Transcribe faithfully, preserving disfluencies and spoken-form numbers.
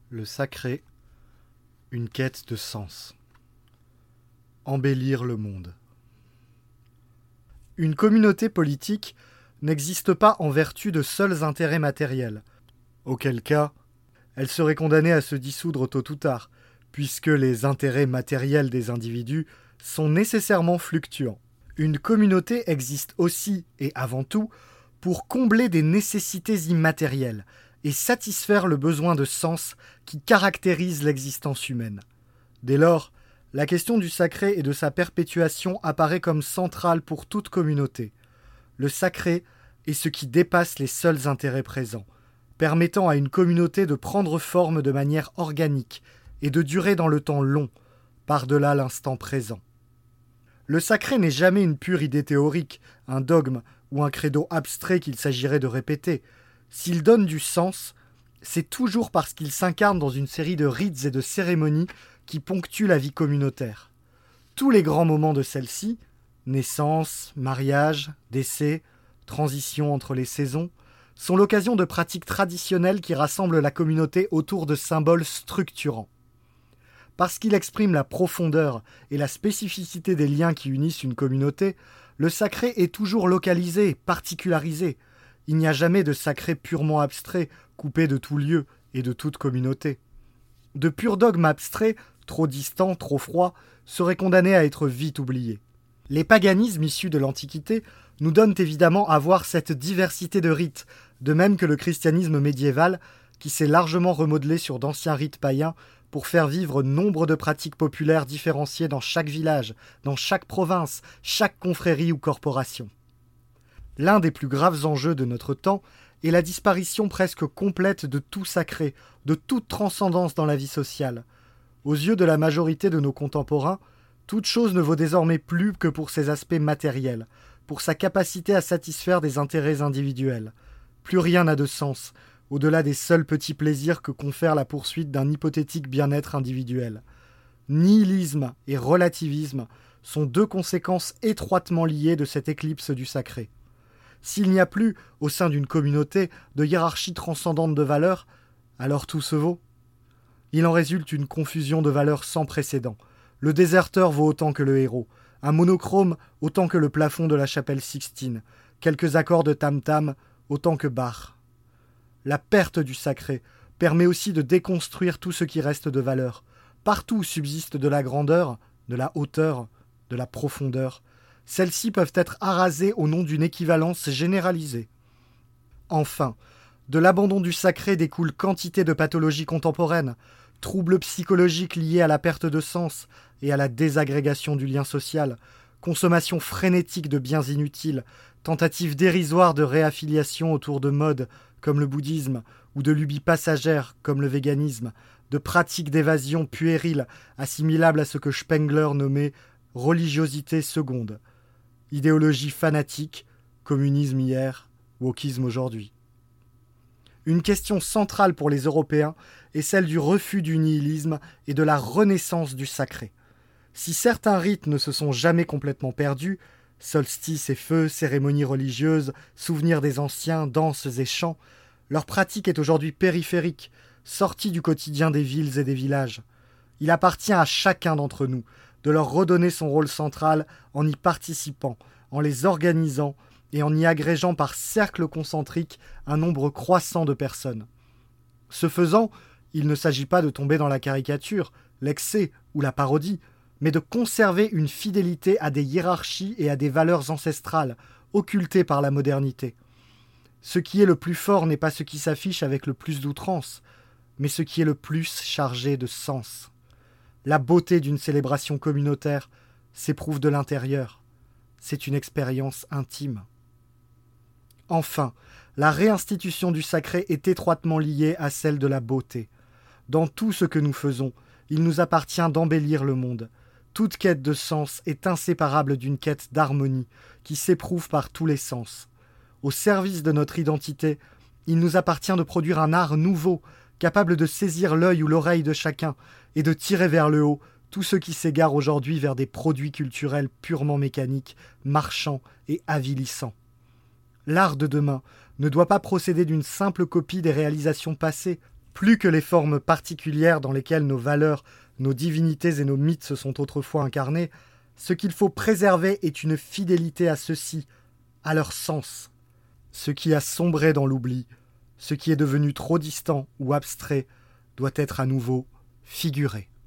Le sacré, une quête de sens. Embellir le monde. Une communauté politique n'existe pas en vertu de seuls intérêts matériels, auquel cas, elle serait condamnée à se dissoudre tôt ou tard, puisque les intérêts matériels des individus sont nécessairement fluctuants. Une communauté existe aussi et avant tout pour combler des nécessités immatérielles et satisfaire le besoin de sens qui caractérise l'existence humaine. Dès lors, la question du sacré et de sa perpétuation apparaît comme centrale pour toute communauté. Le sacré est ce qui dépasse les seuls intérêts présents, permettant à une communauté de prendre forme de manière organique et de durer dans le temps long, par-delà l'instant présent. Le sacré n'est jamais une pure idée théorique, un dogme ou un credo abstrait qu'il s'agirait de répéter. S'il donne du sens, c'est toujours parce qu'il s'incarne dans une série de rites et de cérémonies qui ponctuent la vie communautaire. Tous les grands moments de celle-ci, naissance, mariage, décès, transition entre les saisons, sont l'occasion de pratiques traditionnelles qui rassemblent la communauté autour de symboles structurants. Parce qu'il exprime la profondeur et la spécificité des liens qui unissent une communauté, le sacré est toujours localisé, particularisé. Il n'y a jamais de sacré purement abstrait, coupé de tout lieu et de toute communauté. De purs dogmes abstraits, trop distants, trop froids, seraient condamnés à être vite oubliés. Les paganismes issus de l'Antiquité nous donnent évidemment à voir cette diversité de rites, de même que le christianisme médiéval, qui s'est largement remodelé sur d'anciens rites païens pour faire vivre nombre de pratiques populaires différenciées dans chaque village, dans chaque province, chaque confrérie ou corporation. L'un des plus graves enjeux de notre temps est la disparition presque complète de tout sacré, de toute transcendance dans la vie sociale. Aux yeux de la majorité de nos contemporains, toute chose ne vaut désormais plus que pour ses aspects matériels, pour sa capacité à satisfaire des intérêts individuels. Plus rien n'a de sens, au-delà des seuls petits plaisirs que confère la poursuite d'un hypothétique bien-être individuel. Nihilisme et relativisme sont deux conséquences étroitement liées de cette éclipse du sacré. S'il n'y a plus, au sein d'une communauté, de hiérarchie transcendante de valeurs, alors tout se vaut. Il en résulte une confusion de valeurs sans précédent. Le déserteur vaut autant que le héros, un monochrome autant que le plafond de la chapelle Sixtine, quelques accords de tam-tam autant que Bach. La perte du sacré permet aussi de déconstruire tout ce qui reste de valeur. Partout subsiste de la grandeur, de la hauteur, de la profondeur. Celles-ci peuvent être arasées au nom d'une équivalence généralisée. Enfin, de l'abandon du sacré découle quantité de pathologies contemporaines, troubles psychologiques liés à la perte de sens et à la désagrégation du lien social, consommation frénétique de biens inutiles, tentatives dérisoires de réaffiliation autour de modes comme le bouddhisme ou de lubies passagères comme le véganisme, de pratiques d'évasion puériles assimilables à ce que Spengler nommait « religiosité seconde », idéologie fanatique, communisme hier, wokisme aujourd'hui. Une question centrale pour les Européens est celle du refus du nihilisme et de la renaissance du sacré. Si certains rites ne se sont jamais complètement perdus, solstices et feux, cérémonies religieuses, souvenirs des anciens, danses et chants, leur pratique est aujourd'hui périphérique, sortie du quotidien des villes et des villages. Il appartient à chacun d'entre nous de leur redonner son rôle central en y participant, en les organisant et en y agrégeant par cercles concentriques un nombre croissant de personnes. Ce faisant, il ne s'agit pas de tomber dans la caricature, l'excès ou la parodie, mais de conserver une fidélité à des hiérarchies et à des valeurs ancestrales, occultées par la modernité. Ce qui est le plus fort n'est pas ce qui s'affiche avec le plus d'outrance, mais ce qui est le plus chargé de sens. La beauté d'une célébration communautaire s'éprouve de l'intérieur. C'est une expérience intime. Enfin, la réinstitution du sacré est étroitement liée à celle de la beauté. Dans tout ce que nous faisons, il nous appartient d'embellir le monde. Toute quête de sens est inséparable d'une quête d'harmonie qui s'éprouve par tous les sens. Au service de notre identité, il nous appartient de produire un art nouveau, capable de saisir l'œil ou l'oreille de chacun et de tirer vers le haut tout ce qui s'égare aujourd'hui vers des produits culturels purement mécaniques, marchands et avilissants. L'art de demain ne doit pas procéder d'une simple copie des réalisations passées, plus que les formes particulières dans lesquelles nos valeurs, nos divinités et nos mythes se sont autrefois incarnés, ce qu'il faut préserver est une fidélité à ceux-ci, à leur sens. Ce qui a sombré dans l'oubli, ce qui est devenu trop distant ou abstrait, doit être à nouveau figuré.